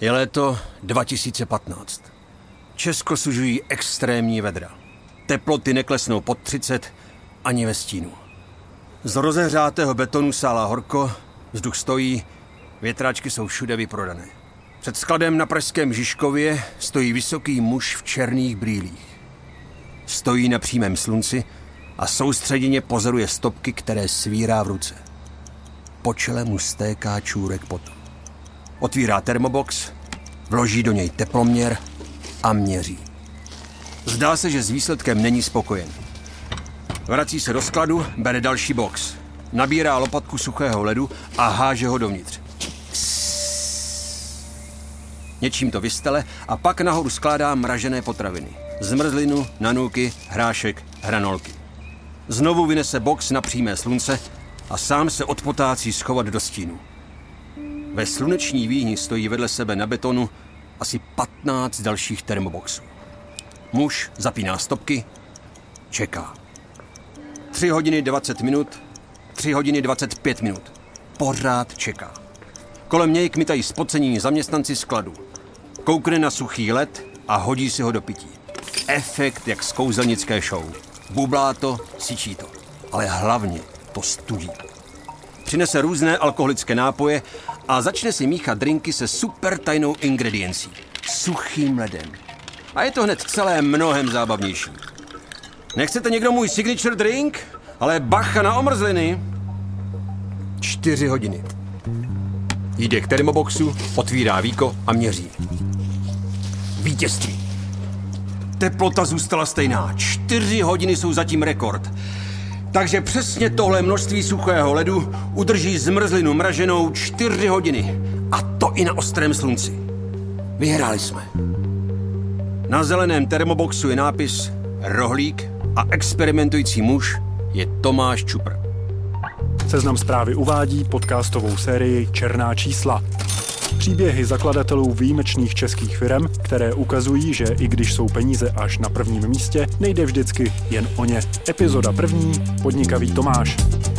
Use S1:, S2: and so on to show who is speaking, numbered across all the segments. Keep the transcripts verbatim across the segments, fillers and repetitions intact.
S1: Je léto dva tisíce patnáct. Česko sužují extrémní vedra. Teploty neklesnou pod třicet ani ve stínu. Z rozehřátého betonu sálá horko, vzduch stojí, větráčky jsou všude vyprodané. Před skladem na pražském Žižkově stojí vysoký muž v černých brýlích. Stojí na přímém slunci a soustředěně pozoruje stopky, které svírá v ruce. Po čele mu stéká čůrek potu. Otvírá termobox, vloží do něj teploměr a měří. Zdá se, že s výsledkem není spokojen. Vrací se do skladu, bere další box. Nabírá lopatku suchého ledu a háže ho dovnitř. Něčím to vystele a pak nahoru skládá mražené potraviny. Zmrzlinu, nanůky, hrášek, hranolky. Znovu vynese box na přímé slunce a sám se odpotácí schovat do stínu. Ve sluneční výhni stojí vedle sebe na betonu asi patnáct dalších termoboxů. Muž zapíná stopky, čeká. Tři hodiny dvacet minut, tři hodiny dvacet pět minut. Pořád čeká. Kolem něj kmitají spocení zaměstnanci skladu. Koukne na suchý led a hodí si ho do pití. Efekt jak z kouzelnické show. Bublá to, syčí to. Ale hlavně to studí. Přinese různé alkoholické nápoje a začne si míchat drinky se super tajnou ingrediencí. Suchým ledem. A je to hned celé mnohem zábavnější. Nechcete někdo můj signature drink? Ale bacha na omrzliny. Čtyři hodiny. Jde k termoboxu, otvírá víko a měří. Vítězství. Teplota zůstala stejná. Čtyři hodiny jsou zatím rekord. Takže přesně tohle množství suchého ledu udrží zmrzlinu mraženou čtyři hodiny. A to i na ostrém slunci. Vyhráli jsme. Na zeleném termoboxu je nápis Rohlík a experimentující muž je Tomáš Čupr.
S2: Seznam Zprávy uvádí podcastovou sérii Černá čísla. Příběhy zakladatelů výjimečných českých firem, které ukazují, že i když jsou peníze až na prvním místě, nejde vždycky jen o ně. Epizoda první, Podnikavý Tomáš.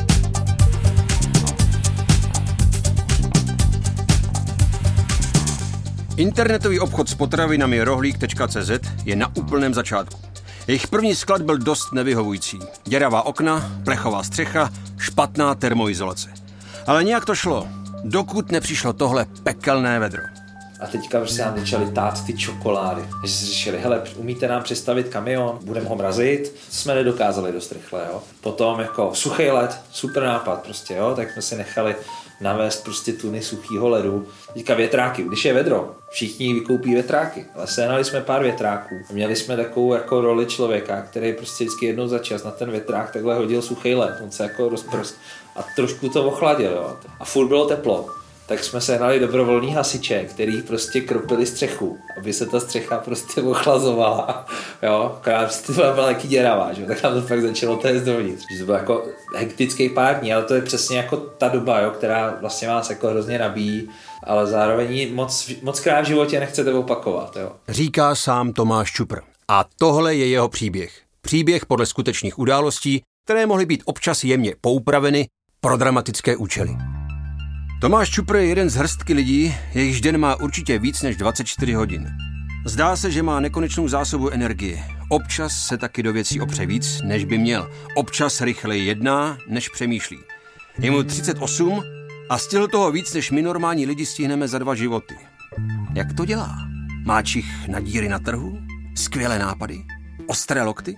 S1: Internetový obchod s potravinami rohlík tečka cé zet je na úplném začátku. Jejich první sklad byl dost nevyhovující. Děravá okna, plechová střecha, špatná termoizolace. Ale nějak to šlo, dokud nepřišlo tohle pekelné vedro.
S3: A teďka prostě nám začali tát ty čokolády. Takže si řešili, hele, umíte nám představit kamion, budeme ho mrazit. To jsme nedokázali dost rychle, jo. Potom jako suchý led, super nápad prostě, jo. Tak jsme si nechali navést prostě tuny suchýho ledu. Teďka větráky, když je vedro, všichni vykoupí větráky. Ale sehnali jsme pár větráků. A měli jsme takovou jako roli člověka, který prostě vždycky jednou za čas na ten větrák takhle hodil suchý led. On se jako rozprst a trošku to ochladil, jo. A furt bylo teplo. Tak jsme sehnali dobrovolný hasiče, který prostě kropili střechu, aby se ta střecha prostě ochlazovala, jo, která prostě byla taky děravá, že? Tak nám to fakt začalo téct dovnitř. Že to byl jako hektický pár dní, ale to je přesně jako ta doba, jo, která vlastně vás jako hrozně nabíjí, ale zároveň moc, moc krát v životě nechcete opakovat, jo.
S1: Říká sám Tomáš Čupr. A tohle je jeho příběh. Příběh podle skutečných událostí, které mohly být občas jemně poupraveny pro dramatické účely. Tomáš Čupr je jeden z hrstky lidí, jejichž den má určitě víc než dvacet čtyři hodin. Zdá se, že má nekonečnou zásobu energie. Občas se taky do věcí opře víc, než by měl. Občas rychleji jedná, než přemýšlí. Je mu třicet osm a stihl toho víc, než my normální lidi stihneme za dva životy. Jak to dělá? Má čich na díry na trhu? Skvělé nápady? Ostré lokty?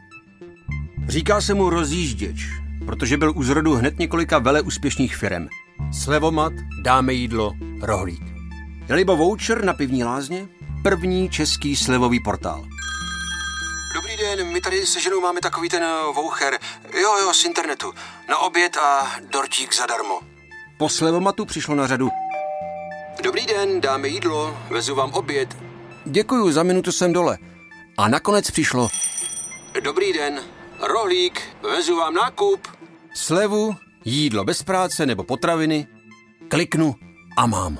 S1: Říká se mu rozjížděč, protože byl u zrodu hned několika vele úspěšných firem. Slevomat, dáme jídlo, rohlík. Je-libo voucher na pivní lázně? První český slevový portál. Dobrý den, my tady se ženou máme takový ten voucher. Jo, jo, z internetu. Na oběd a dortík zadarmo. Po slevomatu přišlo na řadu. Dobrý den, dáme jídlo, vezu vám oběd. Děkuju, za minutu jsem dole. A nakonec přišlo. Dobrý den, rohlík, vezu vám nákup. Slevu, jídlo bez práce nebo potraviny, kliknu a mám.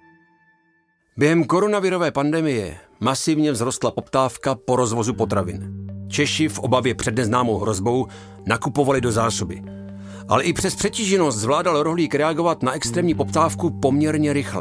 S1: Během koronavirové pandemie masivně vzrostla poptávka po rozvozu potravin. Češi v obavě před neznámou hrozbou nakupovali do zásoby. Ale i přes přetíženost zvládal rohlík reagovat na extrémní poptávku poměrně rychle.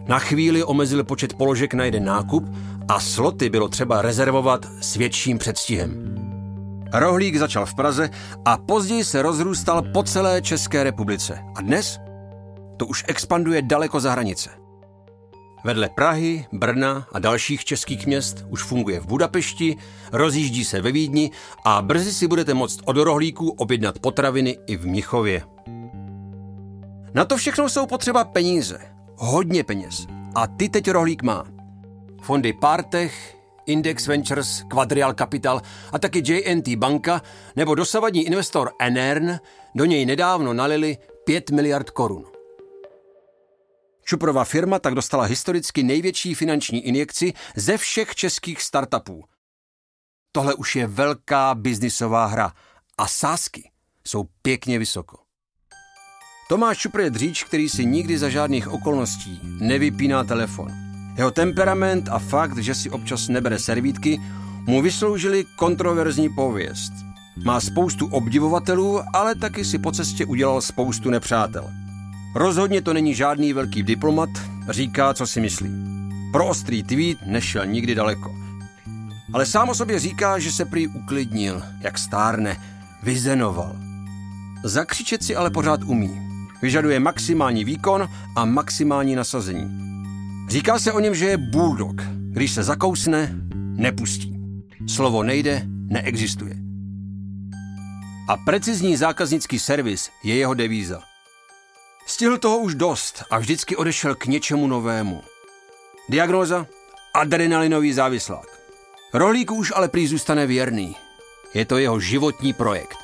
S1: Na chvíli omezil počet položek na jeden nákup a sloty bylo třeba rezervovat s větším předstihem. Rohlík začal v Praze a později se rozrůstal po celé České republice. A dnes to už expanduje daleko za hranice. Vedle Prahy, Brna a dalších českých měst už funguje v Budapešti, rozjíždí se ve Vídni a brzy si budete moct od rohlíků objednat potraviny i v Mnichově. Na to všechno jsou potřeba peníze. Hodně peněz. A ty teď rohlík má. Fondy Partech, Index Ventures, Quadrial Capital a taky J N T banka nebo dosavadní investor Enern do něj nedávno nalili pět miliard korun. Čuprova firma tak dostala historicky největší finanční injekci ze všech českých startupů. Tohle už je velká biznisová hra a sázky jsou pěkně vysoko. Tomáš Čupr je dříč, který si nikdy za žádných okolností nevypíná telefon. Jeho temperament a fakt, že si občas nebere servítky, mu vysloužili kontroverzní pověst. Má spoustu obdivovatelů, ale taky si po cestě udělal spoustu nepřátel. Rozhodně to není žádný velký diplomat, říká, co si myslí. Pro ostrý tweet nešel nikdy daleko. Ale sám o sobě říká, že se prý uklidnil, jak stárne, vyzenoval. Zakřičet si ale pořád umí. Vyžaduje maximální výkon a maximální nasazení. Říká se o něm, že je bulldog. Když se zakousne, nepustí. Slovo nejde, neexistuje. A precizní zákaznický servis je jeho devíza. Stihl toho už dost a vždycky odešel k něčemu novému. Diagnóza? Adrenalinový závislák. Rohlíku už ale prý zůstane věrný. Je to jeho životní projekt.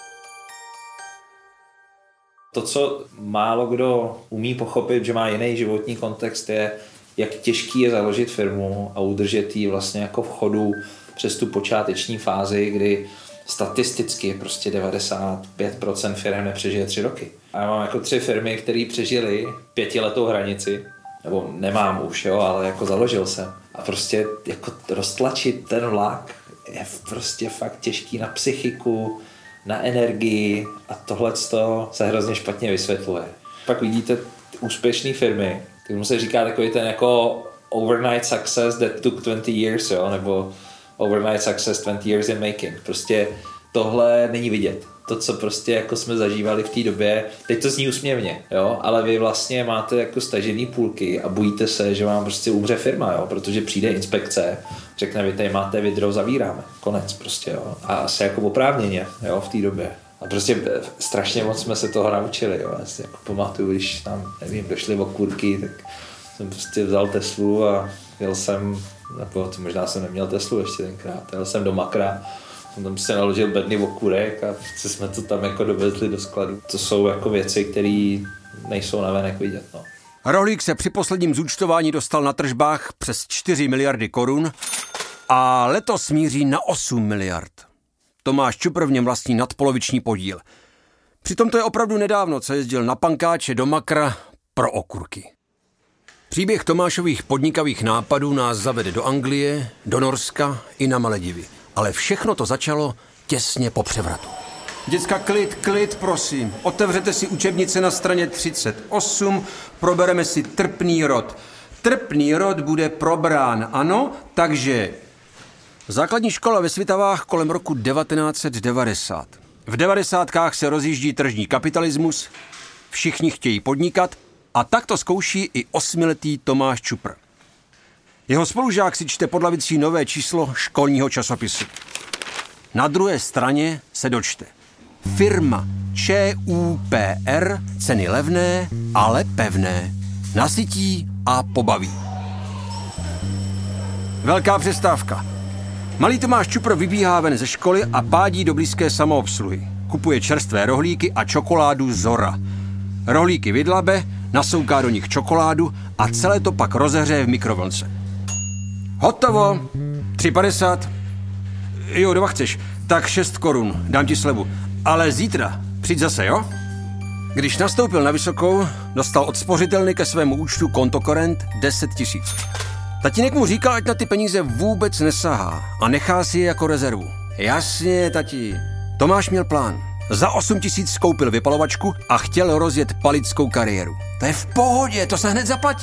S3: To, co málo kdo umí pochopit, že má jiný životní kontext, je, jak těžký je založit firmu a udržet ji vlastně jako v chodu přes tu počáteční fázi, kdy statisticky prostě devadesát pět procent firm nepřežije tři roky. A já mám jako tři firmy, které přežily pětiletou hranici, nebo nemám už, jo, ale jako založil jsem. A prostě jako roztlačit ten vlak je prostě fakt těžký na psychiku, na energii a tohleto se hrozně špatně vysvětluje. Pak vidíte úspěšné firmy, kterému se říká takový ten jako overnight success that took twenty years, jo, nebo overnight success twenty years in making. Prostě tohle není vidět. To, co prostě jako jsme zažívali v té době, teď to zní úsměvně, jo, ale vy vlastně máte jako stažený půlky a bojíte se, že vám prostě umře firma, jo, protože přijde inspekce, řekne, vy tady máte vidro, zavíráme, konec prostě, jo, a asi jako oprávněně, jo, v té době. A prostě strašně moc jsme se toho naučili, jo, já si jako pamatuju, když tam, nevím, došly okurky, tak jsem prostě vzal Teslu a jel jsem, nebo to možná jsem neměl Teslu ještě tenkrát, jel jsem do Makra, jsem tam se naložil bedny okurek a prostě jsme to tam jako dovezli do skladu. To jsou jako věci, které nejsou navenek vidět, no.
S1: Rohlík se při posledním zúčtování dostal na tržbách přes čtyři miliardy korun a letos míří na osm miliard. Tomáš Čupr v něm vlastní nadpoloviční podíl. Přitom to je opravdu nedávno, co jezdil na pankáče do Makra pro okurky. Příběh Tomášových podnikavých nápadů nás zavede do Anglie, do Norska i na Maledivy. Ale všechno to začalo těsně po převratu. Děcka, klid, klid, prosím. Otevřete si učebnice na straně třicet osm, probereme si trpný rod. Trpný rod bude probrán, ano, takže základní škola ve Svitavách kolem roku devatenáct set devadesát. V devadesátkách se rozjíždí tržní kapitalismus, všichni chtějí podnikat a tak to zkouší i osmiletý Tomáš Čupr. Jeho spolužák si čte pod lavicí nové číslo školního časopisu. Na druhé straně se dočte. Firma ČUPR, ceny levné, ale pevné. Nasytí a pobaví. Velká přestávka. Malý Tomáš Čupr vybíhá ven ze školy a pádí do blízké samoobsluhy. Kupuje čerstvé rohlíky a čokoládu Zora. Rohlíky vydlabe, nasouká do nich čokoládu a celé to pak rozehřeje v mikrovlnce. Hotovo. tři padesát. Jo, doma chceš. Tak šest korun. Dám ti slevu. Ale zítra. Přijď zase, jo? Když nastoupil na vysokou, dostal od spořitelny ke svému účtu kontokorent deset tisíc. Tatínek mu říkal, ať na ty peníze vůbec nesahá a nechá si je jako rezervu. Jasně, tati. Tomáš měl plán. Za osm tisíc skoupil vypalovačku a chtěl rozjet palickou kariéru. To je v pohodě, to se hned zaplatí.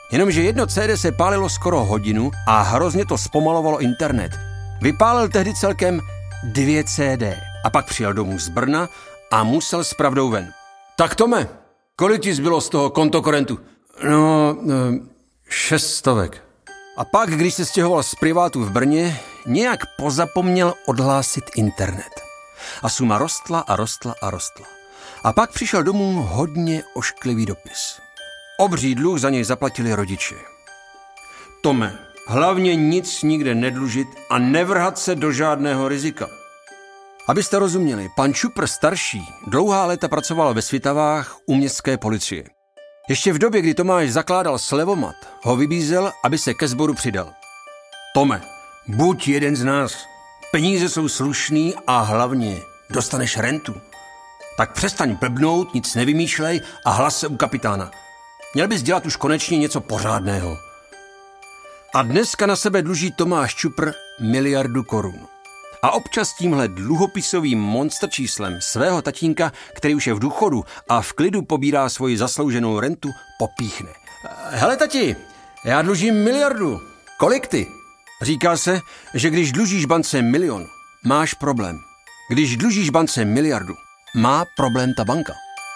S1: Jenomže jedno cé dé se pálilo skoro hodinu a hrozně to zpomalovalo internet. Vypálil tehdy celkem dvě cé dé a pak přijel domů z Brna a musel s pravdou ven. Tak Tome, kolik ti zbylo z toho kontokorentu? No, šest stovek. A pak, když se stěhoval z privátu v Brně, nějak pozapomněl odhlásit internet. A suma rostla a rostla a rostla. A pak přišel domů hodně ošklivý dopis. Obří dluh za něj zaplatili rodiče. Tome, hlavně nic nikde nedlužit a nevrhat se do žádného rizika. Abyste rozuměli, pan Čupr starší dlouhá léta pracoval ve Svitavách u městské policie. Ještě v době, kdy Tomáš zakládal Slevomat, ho vybízel, aby se ke sboru přidal. Tome, buď jeden z nás. Peníze jsou slušný a hlavně dostaneš rentu. Tak přestaň blbnout, nic nevymýšlej a hlas se u kapitána. Měl bys dělat už konečně něco pořádného. A dneska na sebe dluží Tomáš Čupr miliardu korun. A občas tímhle dluhopisovým monster číslem svého tatínka, který už je v důchodu a v klidu pobírá svoji zaslouženou rentu, popíchne. Hele tati, já dlužím miliardu. Kolik ty? Říká se, že když dlužíš bance milion, máš problém. Když dlužíš bance miliardu, má problém ta banka.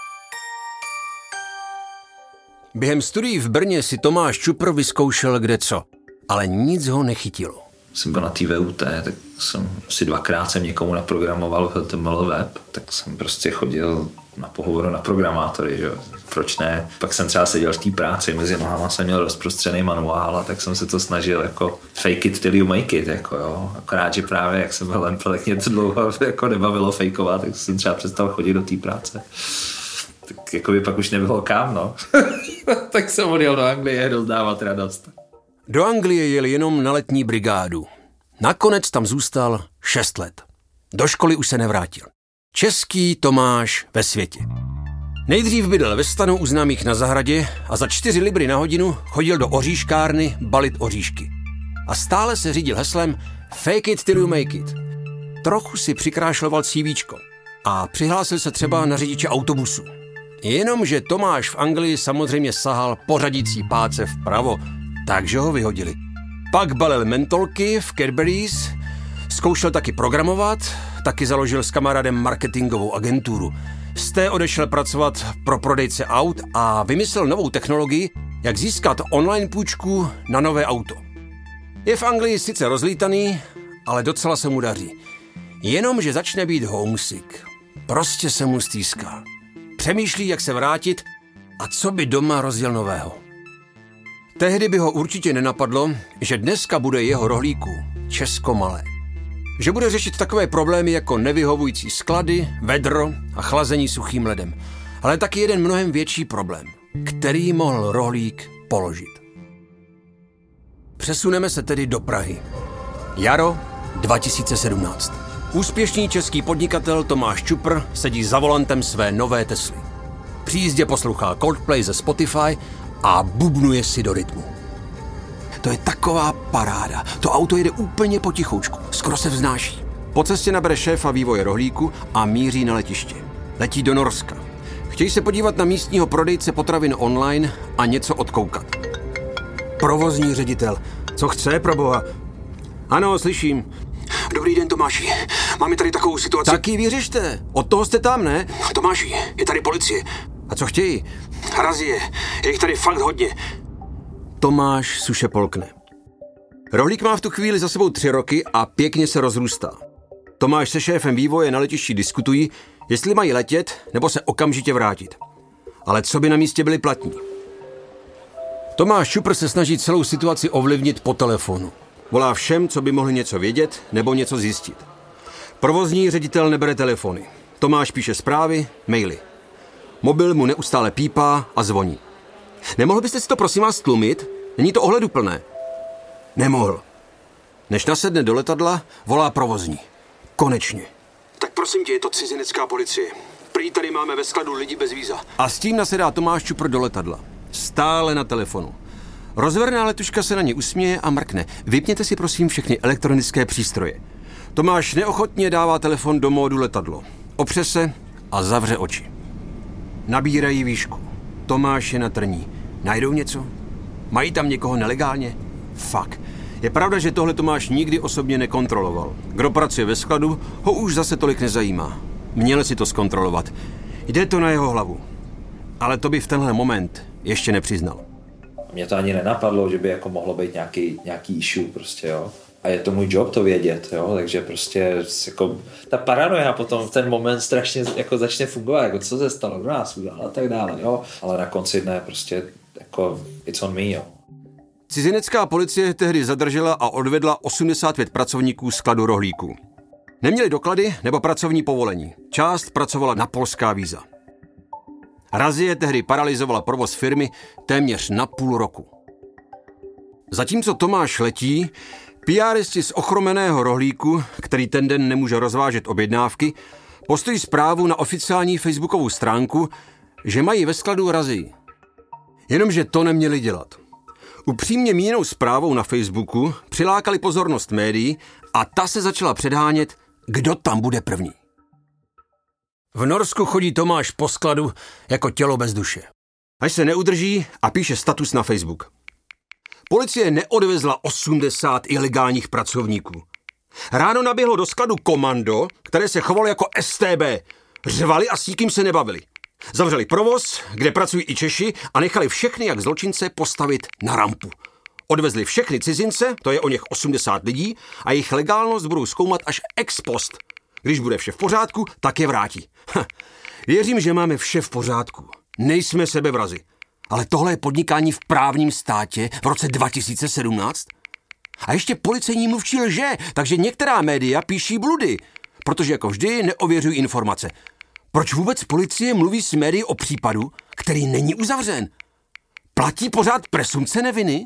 S1: Během studií v Brně si Tomáš Čupr vyzkoušel kdeco, ale nic ho nechytilo.
S3: Jsem byl na té vé ú té, tak jsem si dvakrát jsem někomu naprogramoval H T M L web, tak jsem prostě chodil na pohovoru na programátory, že jo. Proč ne? Pak jsem třeba seděl v té práci, mezi nohama jsem měl rozprostřený manuál a tak jsem se to snažil jako fake it till you make it, jako jo. Akorát, že právě jak jsem byl lempl, tak mě to dlouho jako nebavilo fejkovat, tak jsem třeba přestal chodit do té práce. Tak jako by pak už nebylo kam, no. Tak jsem odjel do Anglie rozdávat radost.
S1: Do Anglie jel jenom na letní brigádu. Nakonec tam zůstal šest let. Do školy už se nevrátil. Český Tomáš ve světě. Nejdřív bydlel ve stanu u známých na zahradě a za čtyři libry na hodinu chodil do oříškárny balit oříšky. A stále se řídil heslem fake it till you make it. Trochu si přikrášloval CVčko a přihlásil se třeba na řidiče autobusu. Jenomže Tomáš v Anglii samozřejmě sahal po řadící páce vpravo, takže ho vyhodili. Pak balil mentolky v Cadbury's, zkoušel taky programovat, taky založil s kamarádem marketingovou agenturu. Z té odešel pracovat pro prodejce aut a vymyslel novou technologii, jak získat online půjčku na nové auto. Je v Anglii sice rozlítaný, ale docela se mu daří. Jenomže začne být homesick. Prostě se mu stýská. Přemýšlí, jak se vrátit a co by doma rozjel nového. Tehdy by ho určitě nenapadlo, že dneska bude jeho rohlíku Česko malé. Že bude řešit takové problémy jako nevyhovující sklady, vedro a chlazení suchým ledem. Ale taky jeden mnohem větší problém, který mohl rohlík položit. Přesuneme se tedy do Prahy. Jaro dva tisíce sedmnáct. Úspěšný český podnikatel Tomáš Čupr sedí za volantem své nové Tesly. Při jízdě poslouchá Coldplay ze Spotify a bubnuje si do rytmu. To je taková paráda. To auto jede úplně potichoučku, skoro se vznáší. Po cestě nabere šéfa vývoje rohlíku a míří na letiště. Letí do Norska. Chtějí se podívat na místního prodejce potravin online a něco odkoukat. Provozní ředitel. Co chce, proboha? Ano, slyším.
S4: Dobrý den, Tomáši. Máme tady takovou situaci.
S1: Taky vyřešte. Od toho jste tam, ne?
S4: Tomáši, je tady policie.
S1: A co chtějí?
S4: Razie. Je jich tady fakt hodně.
S1: Tomáš suše polkne. Rohlík má v tu chvíli za sebou tři roky a pěkně se rozrůstá. Tomáš se šéfem vývoje na letišti diskutují, jestli mají letět nebo se okamžitě vrátit. Ale co by na místě byli platní? Tomáš Čupr se snaží celou situaci ovlivnit po telefonu. Volá všem, co by mohli něco vědět nebo něco zjistit. Provozní ředitel nebere telefony. Tomáš píše zprávy, maily. Mobil mu neustále pípá a zvoní. Nemohl byste si to prosím vás tlumit? Není to ohleduplné. Nemohl. Než nasedne do letadla, volá provozní. Konečně.
S4: Tak prosím tě, je to cizinecká policie. Prý tady máme ve skladu lidi bez víza.
S1: A s tím nasedá Tomáš Čupr do letadla. Stále na telefonu. Rozverná letuška se na ně usměje a mrkne. Vypněte si prosím všechny elektronické přístroje. Tomáš neochotně dává telefon do módu letadlo. Opře se a zavře oči. Nabírají výšku. Tomáš je na trní. Najdou něco? Mají tam někoho nelegálně? Fakt. Je pravda, že tohle Tomáš nikdy osobně nekontroloval. Kdo pracuje ve skladu, ho už zase tolik nezajímá. Měl si to zkontrolovat. Jde to na jeho hlavu. Ale to by v tenhle moment ještě nepřiznal.
S3: Mě to ani nenapadlo, že by jako mohlo být nějaký, nějaký issue prostě, jo. A je to můj job to vědět, jo, takže prostě jako ta paranoja potom v ten moment strašně jako začne fungovat, jako co se stalo, kdo nás udělal a tak dále, jo. Ale na konci dne prostě jako it's on me, jo.
S1: Cizinecká policie tehdy zadržela a odvedla osmdesát pět pracovníků skladu rohlíků. Neměli doklady nebo pracovní povolení. Část pracovala na polská víza. Razie tehdy paralyzovala provoz firmy téměř na půl roku. Zatímco Tomáš letí, PRisti z ochromeného rohlíku, který ten den nemůže rozvážet objednávky, postojí zprávu na oficiální facebookovou stránku, že mají ve skladu razii. Jenomže to neměli dělat. Upřímně míněnou zprávou na Facebooku přilákali pozornost médií a ta se začala předhánět, kdo tam bude první. V Norsku chodí Tomáš po skladu jako tělo bez duše. Až se neudrží a píše status na Facebook. Policie neodvezla osmdesát ilegálních pracovníků. Ráno naběhlo do skladu komando, které se chovalo jako S T B. Řvali a s nikým se nebavili. Zavřeli provoz, kde pracují i Češi a nechali všechny jak zločince postavit na rampu. Odvezli všechny cizince, to je o něch osmdesát lidí, a jejich legálnost budou zkoumat až ex post. Když bude vše v pořádku, tak je vrátí. Ha, věřím, že máme vše v pořádku. Nejsme sebevrazi. Ale tohle je podnikání v právním státě v roce dva tisíce sedmnáct? A ještě policejní mluvčí lže, takže některá média píší bludy, protože jako vždy neověřují informace. Proč vůbec policie mluví s médií o případu, který není uzavřen? Platí pořád presumpce neviny?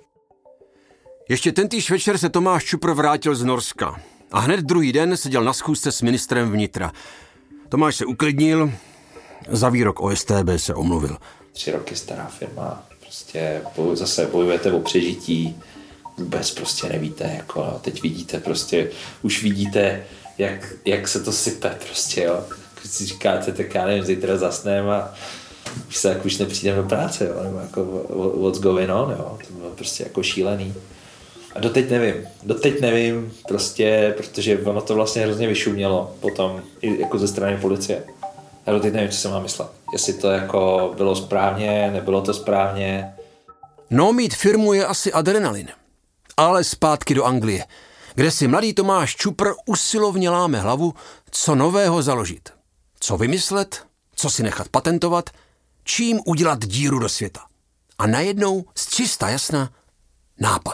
S1: Ještě tentýž večer se Tomáš Čupr vrátil z Norska a hned druhý den seděl na schůzce s ministrem vnitra. Tomáš se uklidnil, za výrok o S T B se omluvil.
S3: Tři roky stará firma, prostě zase bojujete o přežití, vůbec prostě nevíte, jako no, teď vidíte prostě, už vidíte, jak, jak se to sype prostě, jo. Když si říkáte, tak já nevím, zítra zasnem a už se jak už nepřijdeme do práce, jo, nebo jako what's going on, jo, to bylo prostě jako šílený. A doteď nevím, doteď nevím, prostě, protože ono to vlastně hrozně vyšumělo potom i jako ze strany policie. A doteď nevím, co se má myslet. Jestli to jako bylo správně, nebylo to správně.
S1: No, mít firmu je asi adrenalin. Ale zpátky do Anglie, kde si mladý Tomáš Čupr usilovně láme hlavu, co nového založit. Co vymyslet, co si nechat patentovat, čím udělat díru do světa. A najednou z čista jasna nápad.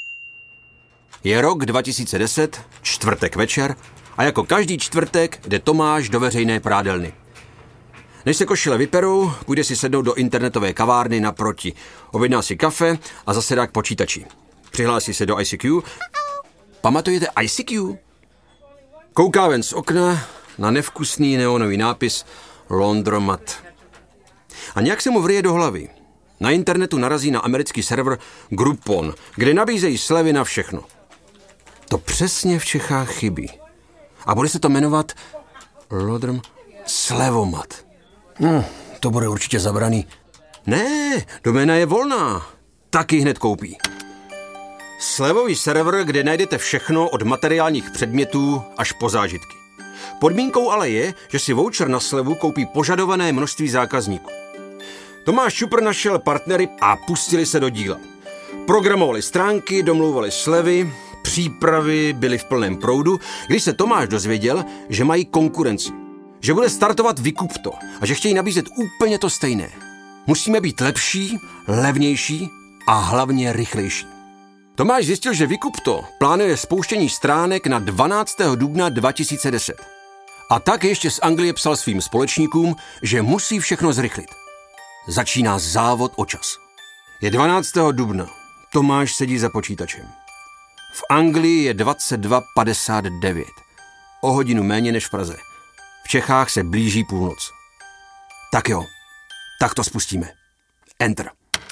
S1: Je rok dva tisíce deset, čtvrtek večer a jako každý čtvrtek jde Tomáš do veřejné prádelny. Než se košile vyperou, půjde si sednout do internetové kavárny naproti. Objedná si kafe a zasedá k počítači. Přihlásí se do I C Q. Pamatujete I C Q? Kouká ven z okna na nevkusný neonový nápis Laundromat. A nějak se mu vrije do hlavy. Na internetu narazí na americký server Groupon, kde nabízejí slevy na všechno. To přesně v Čechách chybí. A bude se to jmenovat Laundrom Slevomat. No, to bude určitě zabraný. Ne, doména je volná. Taky hned koupí. Slevový server, kde najdete všechno od materiálních předmětů až po zážitky. Podmínkou ale je, že si voucher na slevu koupí požadované množství zákazníků. Tomáš Čupr našel partnery a pustili se do díla. Programovali stránky, domlouvali slevy, přípravy byly v plném proudu, když se Tomáš dozvěděl, že mají konkurenci. Že bude startovat Vykupto a že chtějí nabízet úplně to stejné. Musíme být lepší, levnější a hlavně rychlejší. Tomáš zjistil, že Vykupto plánuje spouštění stránek na dvanáctého dubna dva tisíce deset. A tak ještě z Anglie psal svým společníkům, že musí všechno zrychlit. Začíná závod o čas. Je dvanáctého dubna. Tomáš sedí za počítačem. V Anglii je dvacet dva padesát devět. O hodinu méně než v Praze. V Čechách se blíží půlnoc. Tak jo, tak to spustíme. Enter.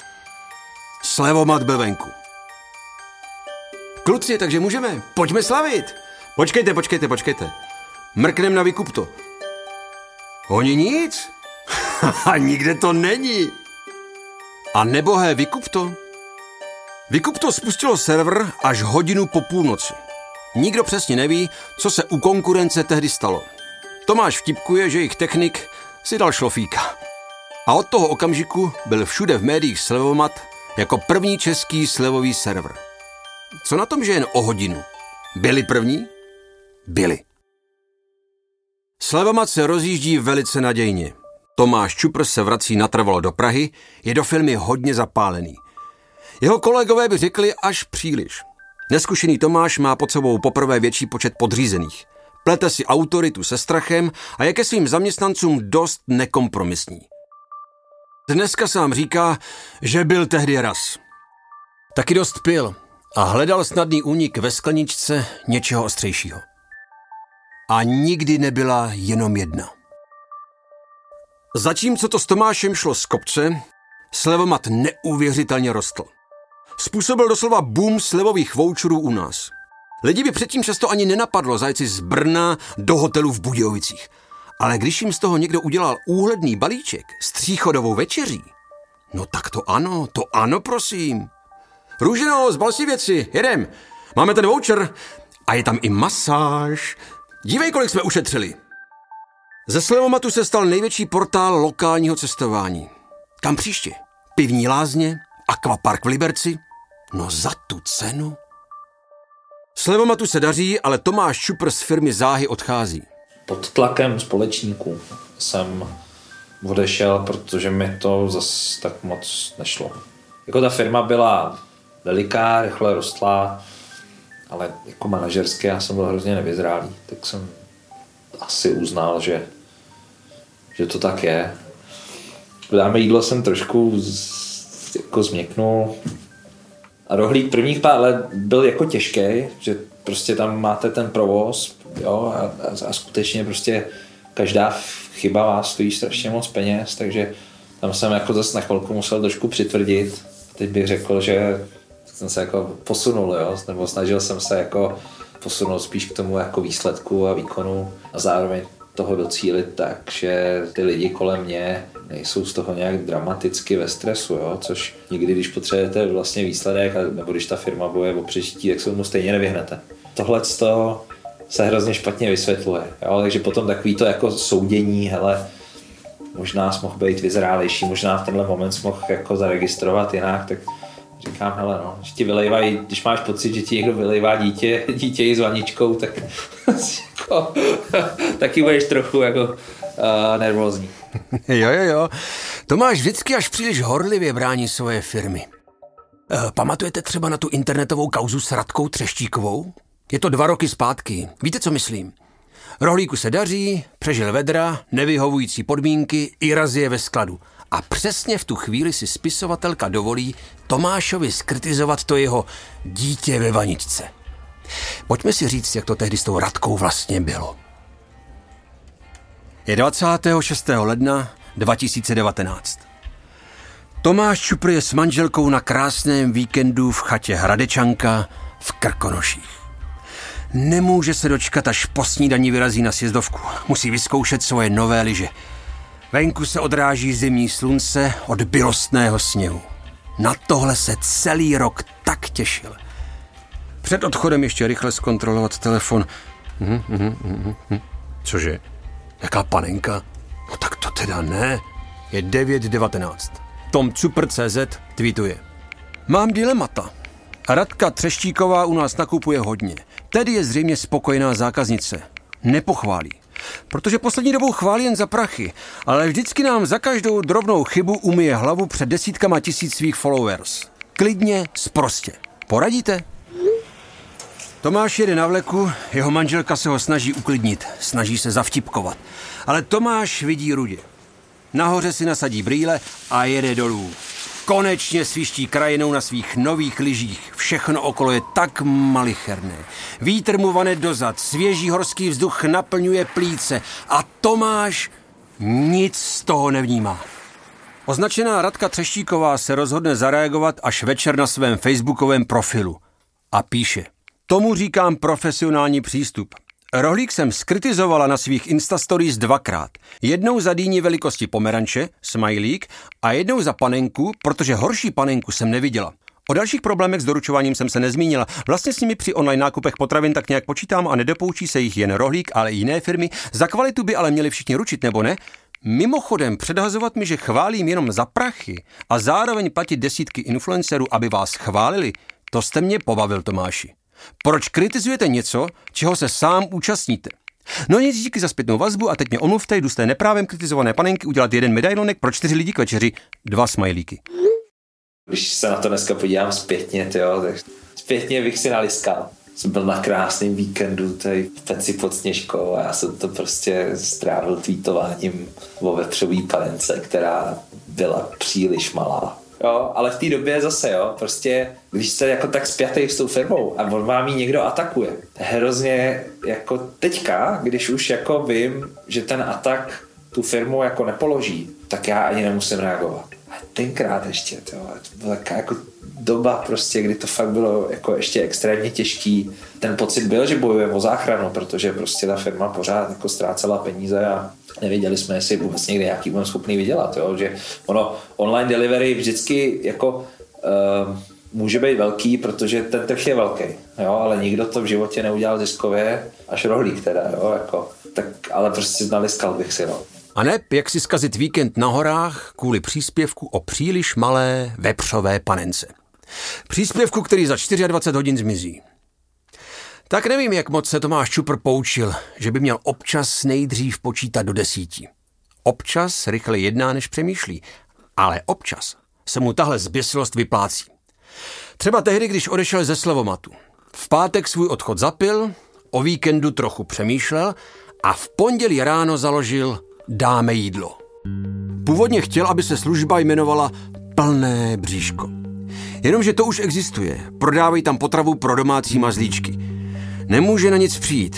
S1: Slevomat byl venku. Kluci, takže můžeme. Pojďme slavit. Počkejte, počkejte, počkejte. Mrknem na Vykupto. Oni nic. Haha, nikde to není. A nebohé Vykupto Vykup to spustilo server až hodinu po půlnoci. Nikdo přesně neví, co se u konkurence tehdy stalo. Tomáš vtipkuje, že jejich technik si dal šlofíka. A od toho okamžiku byl všude v médiích Slevomat jako první český slevový server. Co na tom, že jen o hodinu? Byli první? Byli. Slevomat se rozjíždí velice nadějně. Tomáš Čupr se vrací natrvalo do Prahy, je do firmy hodně zapálený. Jeho kolegové by řekli až příliš. Neskušený Tomáš má pod sebou poprvé větší počet podřízených. Plete si autoritu se strachem a je ke svým zaměstnancům dost nekompromisní. Dneska sám říká, že byl tehdy raz. Taky dost pil a hledal snadný únik ve skleničce něčeho ostřejšího. A nikdy nebyla jenom jedna. Zatímco to s Tomášem šlo z kopce, Slevomat neuvěřitelně rostl. Způsobil doslova boom slevových voucherů u nás. Lidi by předtím často ani nenapadlo zajet si z Brna do hotelu v Budějovicích. Ale když jim z toho někdo udělal úhledný balíček s tříchodovou večeří, no tak to ano, to ano, prosím. Růženo, zbal si věci, jedem. Máme ten voucher a je tam i masáž. Dívej, kolik jsme ušetřili. Ze Slevomatu se stal největší portál lokálního cestování. Kam příště? Pivní lázně? Aquapark v Liberci? No za tu cenu. Slevomatu se daří, ale Tomáš Čupr z firmy záhy odchází.
S3: Pod tlakem společníků jsem odešel, protože mi to zas tak moc nešlo. Jako ta firma byla veliká, rychle rostla, ale jako manažerské já jsem byl hrozně nevyzrálý, tak jsem asi uznal, že, že to tak je. Dáme jídlo jsem trošku z, jako změknul a rohlík prvních pár let byl jako těžký, že prostě tam máte ten provoz, jo, a, a, a skutečně prostě každá chyba vás stojí strašně moc peněz, takže tam jsem jako zase na chvilku musel trošku přitvrdit. Teď bych řekl, že jsem se jako posunul, jo, nebo snažil jsem se jako posunout spíš k tomu jako výsledku a výkonu a zároveň toho docílit tak, že ty lidi kolem mě nejsou z toho nějak dramaticky ve stresu, jo? Což nikdy, když potřebujete vlastně výsledek, nebo když ta firma boje o přežití, tak se mu stejně nevyhnete. Tohle se hrozně špatně vysvětluje, jo? Takže potom takový to jako soudění, hele, možná jsi mohl být vyzrálejší, možná v tenhle moment jsi mohl jako zaregistrovat jinak, tak říkám, hele no, že ti vylejvají, když máš pocit, že ti někdo vylejvá dítě, dítě i s vaničkou, tak jako, taky budeš trochu jako uh, nervózní.
S1: Jo, jo, jo. Tomáš vždycky až příliš horlivě brání svoje firmy. E, pamatujete třeba na tu internetovou kauzu s Radkou Třeštíkovou? Je to dva roky zpátky. Víte, co myslím? Rohlíku se daří, přežil vedra, nevyhovující podmínky i razie ve skladu. A přesně v tu chvíli si spisovatelka dovolí Tomášovi skritizovat to jeho dítě ve vaničce. Pojďme si říct, jak to tehdy s tou Radkou vlastně bylo. Je dvacátého šestého ledna dva tisíce devatenáct. Tomáš Čupr je s manželkou na krásném víkendu v chatě Hradečanka v Krkonoších. Nemůže se dočkat, až po snídani vyrazí na sjezdovku. Musí vyzkoušet svoje nové lyže. Venku se odráží zimní slunce od bylostného sněhu. Na tohle se celý rok tak těšil. Před odchodem ještě rychle zkontrolovat telefon. Mhm, mhm, mhm, mhm. Cože? Jaká panenka? No tak to teda ne. Je devět devatenáct. Tom Cupr tečka cé zet tweetuje. Mám dilemata. Radka Třeštíková u nás nakupuje hodně. Tedy je zřejmě spokojená zákaznice. Nepochválí. Protože poslední dobou chválí jen za prachy, ale vždycky nám za každou drobnou chybu umyje hlavu před desítkama tisíc svých followers. Klidně, sprostě. Poradíte? Tomáš jede na vleku, jeho manželka se ho snaží uklidnit, snaží se zavtipkovat. Ale Tomáš vidí rudě. Nahoře si nasadí brýle a jede dolů. Konečně sviští krajinou na svých nových lyžích. Všechno okolo je tak malicherné. Vítr mu vane dozad, svěží horský vzduch naplňuje plíce a Tomáš nic z toho nevnímá. Označená Radka Třeštíková se rozhodne zareagovat až večer na svém facebookovém profilu. A píše. Tomu říkám profesionální přístup. Rohlík jsem skritizovala na svých Instastories dvakrát. Jednou za dýni velikosti pomeranče, smajlík, a jednou za panenku, protože horší panenku jsem neviděla. O dalších problémech s doručováním jsem se nezmínila. Vlastně s nimi při online nákupech potravin tak nějak počítám a nedopoučí se jich jen Rohlík, ale i jiné firmy. Za kvalitu by ale měli všichni ručit, nebo ne? Mimochodem, předhazovat mi, že chválím jenom za prachy a zároveň platit desítky influencerů, aby vás chválili, to jste mě pobavil, Tomáši. Proč kritizujete něco, čeho se sám účastníte? No nic, díky za zpětnou vazbu a teď mě omluvte, jdu z té neprávem kritizované panenky udělat jeden medailonek pro čtyři lidi k večeři, dva smajlíky.
S3: Když se na to dneska podívám zpětně, tyjo, tak zpětně bych si naliskal. Jsem byl na krásném víkendu tady v Peci pod Sněžkou a já jsem to prostě strávil tweetováním o vepřový panence, která byla příliš malá. Jo, ale v té době zase, jo, prostě, když jste jako tak spjatý s tou firmou a on vám ji někdo atakuje, hrozně jako teďka, když už jako vím, že ten atak tu firmu jako nepoloží, tak já ani nemusím reagovat. A tenkrát ještě, to byla taková jako doba prostě, kdy to fakt bylo jako ještě extrémně těžký. Ten pocit byl, že bojujeme o záchranu, protože prostě ta firma pořád jako ztrácela peníze a nevěděli jsme, jestli vůbec někde nějaký budeme schopný vydělat, jo? Že ono online delivery vždycky jako uh, může být velký, protože ten trh je velký, jo? Ale nikdo to v životě neudělal ziskově, až Rohlík teda, jo? Jako, tak, ale prostě naliskal bych si, no.
S1: A ne, jak si zkazit víkend na horách kvůli příspěvku o příliš malé vepřové panence. Příspěvku, který za dvacet čtyři hodin zmizí. Tak nevím, jak moc se Tomáš Čupr poučil, že by měl občas nejdřív počítat do desíti. Občas rychle jedná, než přemýšlí, ale občas se mu tahle zběsilost vyplácí. Třeba tehdy, když odešel ze Slevomatu. V pátek svůj odchod zapil, o víkendu trochu přemýšlel a v pondělí ráno založil Dáme jídlo. Původně chtěl, aby se služba jmenovala Plné bříško. Jenomže to už existuje. Prodávají tam potravu pro domácí mazlíčky. Nemůže na nic přijít.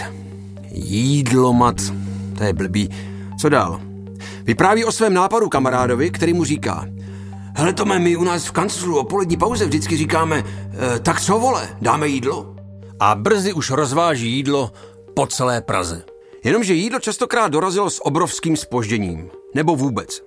S1: Jídlomat, to je blbý. Co dál? Vypráví o svém nápadu kamarádovi, který mu říká: hele Tome, my u nás v kanclu o polední pauze vždycky říkáme, e, tak co vole, dáme jídlo? A brzy už rozváží jídlo po celé Praze. Jenomže jídlo častokrát dorazilo s obrovským zpožděním. Nebo vůbec.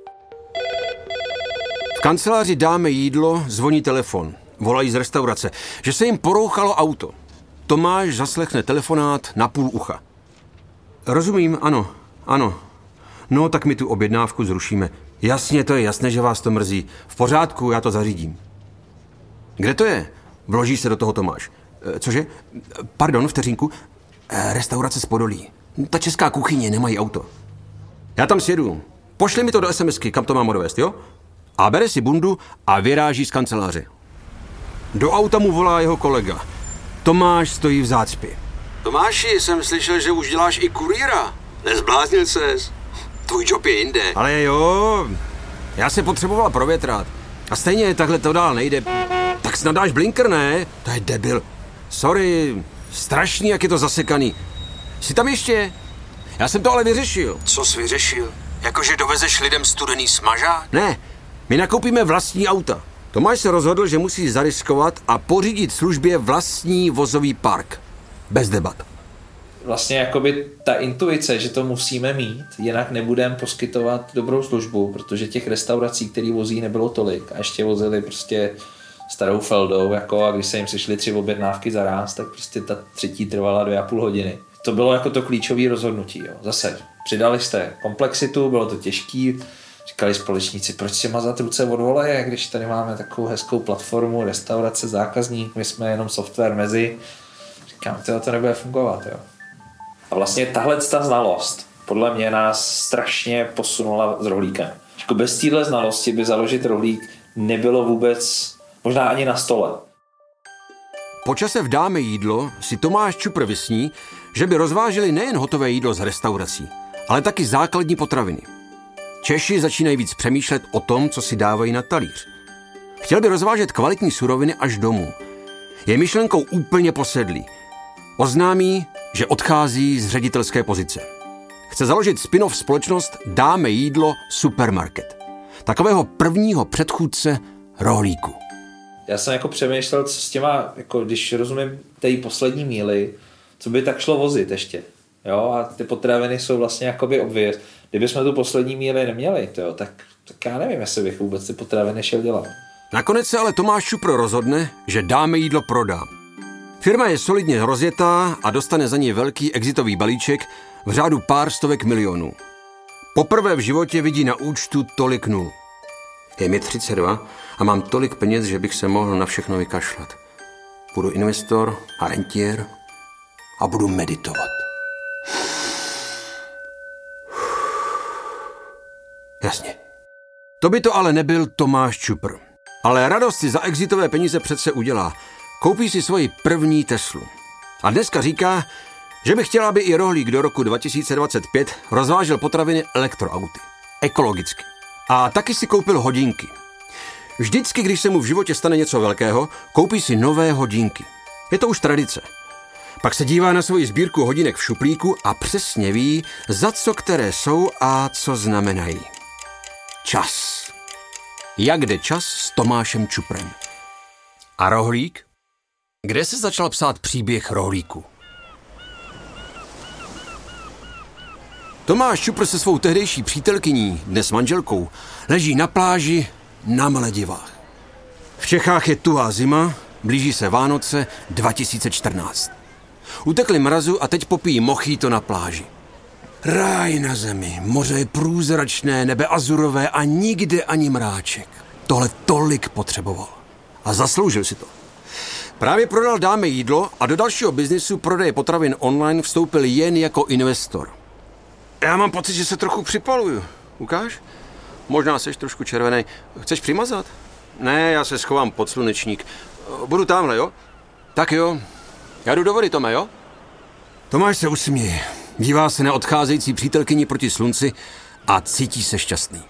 S1: V kanceláři Dáme jídlo zvoní telefon. Volají z restaurace, že se jim porouchalo auto. Tomáš zaslechne telefonát na půl ucha. Rozumím, ano, ano. No, tak my tu objednávku zrušíme. Jasně, to je jasné, že vás to mrzí. V pořádku, já to zařídím. Kde to je? Vloží se do toho Tomáš. E, cože? Pardon, vteřinku. E, restaurace z Podolí. Ta česká kuchyně, nemají auto. Já tam sjedu. Pošli mi to do SMSky, kam to mám odvést, jo? A bere si bundu a vyráží z kanceláře. Do auta mu volá jeho kolega. Tomáš stojí v zácpě.
S4: Tomáši, jsem slyšel, že už děláš i kurýra. Nezbláznil ses? Tvůj job je jinde.
S1: Ale jo, já se potřeboval provětrat. A stejně takhle to dál nejde. Tak snad dáš blinker, ne? To je debil. Sorry, strašný, jak je to zasekaný. Jsi tam ještě? Já jsem to ale vyřešil.
S4: Co jsi vyřešil? Jakože dovezeš lidem studený smažák?
S1: Ne, my nakoupíme vlastní auta. Tomáš se rozhodl, že musí zariskovat a pořídit službě vlastní vozový park. Bez debat.
S3: Vlastně jakoby ta intuice, že to musíme mít, jinak nebudeme poskytovat dobrou službu, protože těch restaurací, které vozí, nebylo tolik a ještě vozili prostě starou Feldou, jako a když se jim přišly tři objednávky za ráz, tak prostě ta třetí trvala dvě a půl hodiny. To bylo jako to klíčové rozhodnutí. Jo. Zase přidali jste komplexitu, bylo to těžký, říkali společníci, proč si mazat ruce od voleje, když tady máme takovou hezkou platformu, restaurace, zákazník, my jsme jenom software mezi. Říkám, tyjo, to nebude fungovat. Jo. A vlastně tahle ta znalost podle mě nás strašně posunula s Rohlíkem. Jako bez téhle znalosti by založit Rohlík nebylo vůbec, možná ani na stole.
S1: Po čase v Dáme jídlo si Tomáš Čupr vysní, že by rozváželi nejen hotové jídlo z restaurací, ale taky základní potraviny. Češi začínají víc přemýšlet o tom, co si dávají na talíř. Chtěl by rozvážet kvalitní suroviny až domů. Je myšlenkou úplně posedlý. Oznámí, že odchází z ředitelské pozice. Chce založit spin-off společnost Dáme jídlo Supermarket. Takového prvního předchůdce Rohlíku.
S3: Já jsem jako přemýšlel, co s těma, jako když rozumím té poslední míly, co by tak šlo vozit ještě. Jo? A ty potraviny jsou vlastně jakoby obvěz. Kdybychom tu poslední míli neměli, tyjo, tak, tak já nevím, jestli bych vůbec ty potraviny šel dělat.
S1: Nakonec se ale Tomáš Čupr rozhodne, že Dáme jídlo prodá. Firma je solidně rozjetá a dostane za ní velký exitový balíček v řádu pár stovek milionů. Poprvé v životě vidí na účtu tolik nul. Je mi třicet dva a mám tolik peněz, že bych se mohl na všechno vykašlat. Budu investor a rentier a budu meditovat. Jasně. To by to ale nebyl Tomáš Čupr. Ale radost si za exitové peníze přece udělá. Koupí si svoji první Teslu. A dneska říká, že by chtěla, aby i Rohlík do roku dva tisíce dvacet pět rozvážel potraviny elektroauty. Ekologicky. A taky si koupil hodinky. Vždycky, když se mu v životě stane něco velkého, koupí si nové hodinky. Je to už tradice. Pak se dívá na svoji sbírku hodinek v šuplíku a přesně ví, za co které jsou a co znamenají. Čas. Jak jde čas s Tomášem Čuprem? A Rohlík? Kde se začal psát příběh Rohlíku? Tomáš Čupr se svou tehdejší přítelkyní, dnes manželkou, leží na pláži na Maledivách. V Čechách je tuhá zima, blíží se Vánoce dva tisíce čtrnáct. Utekli mrazu a teď popíjí mojito na pláži. Ráj na zemi, moře je průzračné, nebe azurové a nikde ani mráček. Tohle tolik potřeboval. A zasloužil si to. Právě prodal Dáme jídlo a do dalšího biznisu prodeje potravin online vstoupil jen jako investor. Já mám pocit, že se trochu připaluju. Ukáž? Možná seš trošku červený. Chceš přimazat? Ne, já se schovám pod slunečník. Budu tamhle, jo? Tak jo. Já jdu do vody, Tome, jo? Tomáš se usměje. Dívá se na odcházející přítelkyni proti slunci a cítí se šťastný.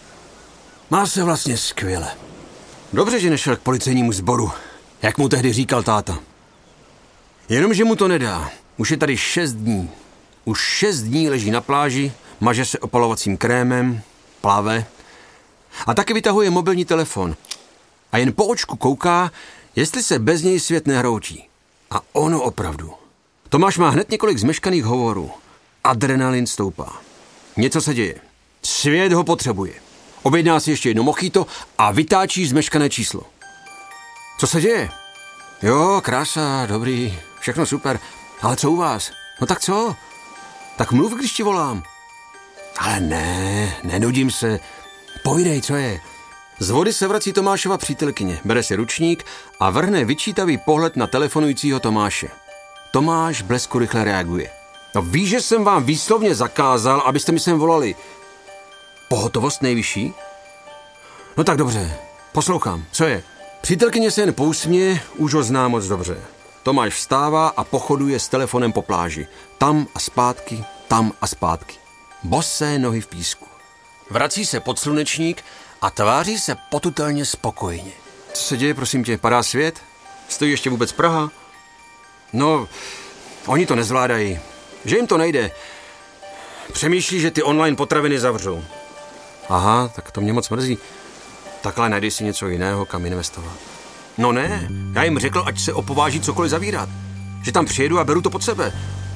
S1: Má se vlastně skvěle. Dobře, že nešel k policejnímu sboru, jak mu tehdy říkal táta. Jenomže mu to nedá. Už je tady šest dní. Už šest dní leží na pláži, maže se opalovacím krémem, plave a taky vytahuje mobilní telefon. A jen po očku kouká, jestli se bez něj svět nehroutí. A ono opravdu. Tomáš má hned několik zmeškaných hovorů. Adrenalin stoupá. Něco se děje. Svět ho potřebuje. Objedná si ještě jedno mojito a vytáčí zmeškané číslo. Co se děje? Jo, krása, dobrý, všechno super. Ale co u vás? No tak co? Tak mluv, když ti volám. Ale ne, nenudím se. Povídej, co je? Z vody se vrací Tomášova přítelkyně, bere si ručník a vrhne vyčítavý pohled na telefonujícího Tomáše. Tomáš blesku rychle reaguje. No víš, že jsem vám výslovně zakázal, abyste mi sem volali. Pohotovost nejvyšší? No tak dobře, poslouchám, co je? Přítelkyně se jen pousměje, už ho zná moc dobře. Tomáš vstává a pochoduje s telefonem po pláži. Tam a zpátky, tam a zpátky. Bosé nohy v písku. Vrací se pod slunečník a tváří se potutelně spokojeně. Co se děje, prosím tě? Padá svět? Stojí ještě vůbec Praha? No, oni to nezvládají. Že jim to nejde. Přemýšlí, že ty online potraviny zavřou. Aha, tak to mě moc mrzí. Takhle najdej si něco jiného, kam investovat. No ne, já jim řekl, ať se opováží cokoliv zavírat. Že tam přijedu a beru to pod sebe.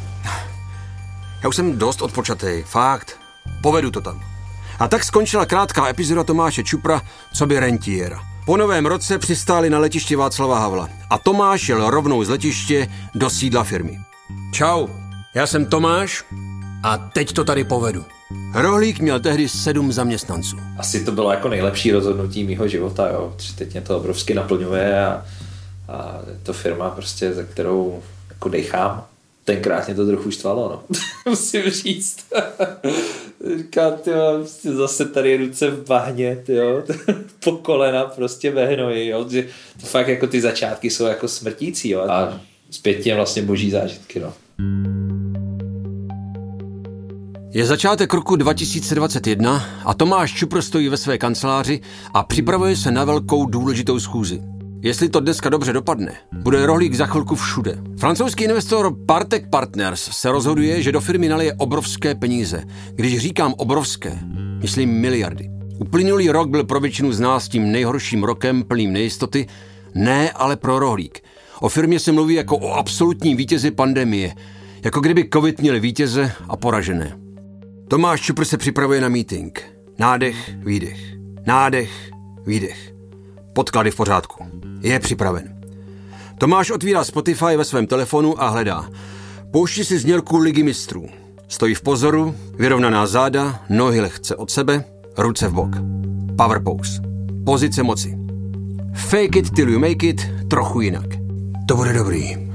S1: Já už jsem dost odpočatej, fakt. Povedu to tam. A tak skončila krátká epizoda Tomáše Čupra, co by rentiéra. Po novém roce přistáli na letišti Václava Havla a Tomáš jel rovnou z letiště do sídla firmy. Čau, já jsem Tomáš a teď to tady povedu. Rohlík měl tehdy sedm zaměstnanců.
S3: Asi to bylo jako nejlepší rozhodnutí mýho života, jo. Teď mě to obrovsky naplňuje a, a je to firma prostě, za kterou jako dejchám. Tenkrát mě to trochu štvalo, no. Musím říct. Říkám, tyjo, prostě zase tady ruce v bahně, tyjo, po kolena prostě ve hnoji, jo. To fakt jako ty začátky jsou jako smrtící, jo. A zpětně vlastně boží zážitky, no.
S1: Je začátek roku dva tisíce dvacet jedna a Tomáš Čupr stojí ve své kanceláři a připravuje se na velkou důležitou schůzi. Jestli to dneska dobře dopadne, bude Rohlík za chvilku všude. Francouzský investor Partek Partners se rozhoduje, že do firmy nalije obrovské peníze. Když říkám obrovské, myslím miliardy. Uplynulý rok byl pro většinu z nás tím nejhorším rokem plným nejistoty, ne ale pro Rohlík. O firmě se mluví jako o absolutní vítězi pandemie, jako kdyby covid měl vítěze a poražené. Tomáš Čupr se připravuje na meeting. Nádech, výdech. Nádech, výdech. Podklady v pořádku. Je připraven. Tomáš otvírá Spotify ve svém telefonu a hledá. Pouští si znělku Ligy mistrů. Stojí v pozoru, vyrovnaná záda, nohy lehce od sebe, ruce v bok. Power pose. Pozice moci. Fake it till you make it, trochu jinak. To bude dobrý.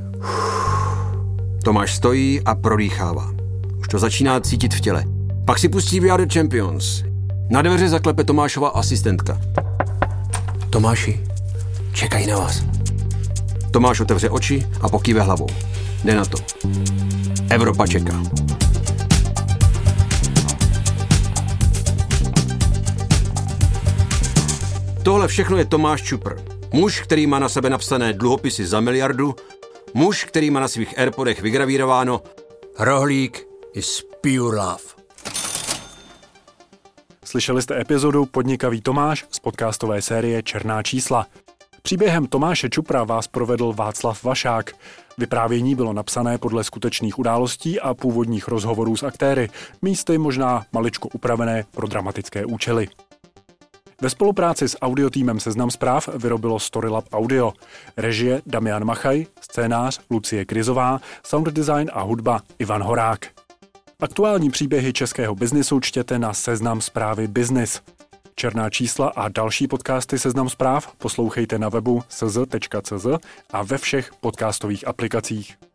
S1: Tomáš stojí a prodýchává. Už to začíná cítit v těle. Pak si pustí We Are The Champions. Na dveře zaklepe Tomášova asistentka. Tomáši, čekají na vás. Tomáš otevře oči a pokýve hlavou. Jde na to. Evropa čeká. Tohle všechno je Tomáš Čupr. Muž, který má na sebe napsané dluhopisy za miliardu. Muž, který má na svých AirPodech vygravírováno Rohlík is pure love.
S2: Slyšeli jste epizodu Podnikavý Tomáš z podcastové série Černá čísla. Příběhem Tomáše Čupra vás provedl Václav Vašák. Vyprávění bylo napsané podle skutečných událostí a původních rozhovorů s aktéry, místy možná maličko upravené pro dramatické účely. Ve spolupráci s audiotýmem Seznam zpráv vyrobilo Storylab Audio. Režie Damian Machaj, scénář Lucie Kryzová, sound design a hudba Ivan Horák. Aktuální příběhy českého biznisu čtěte na Seznam zprávy Business. Černá čísla a další podcasty Seznam zpráv poslouchejte na webu s z tečka c z a ve všech podcastových aplikacích.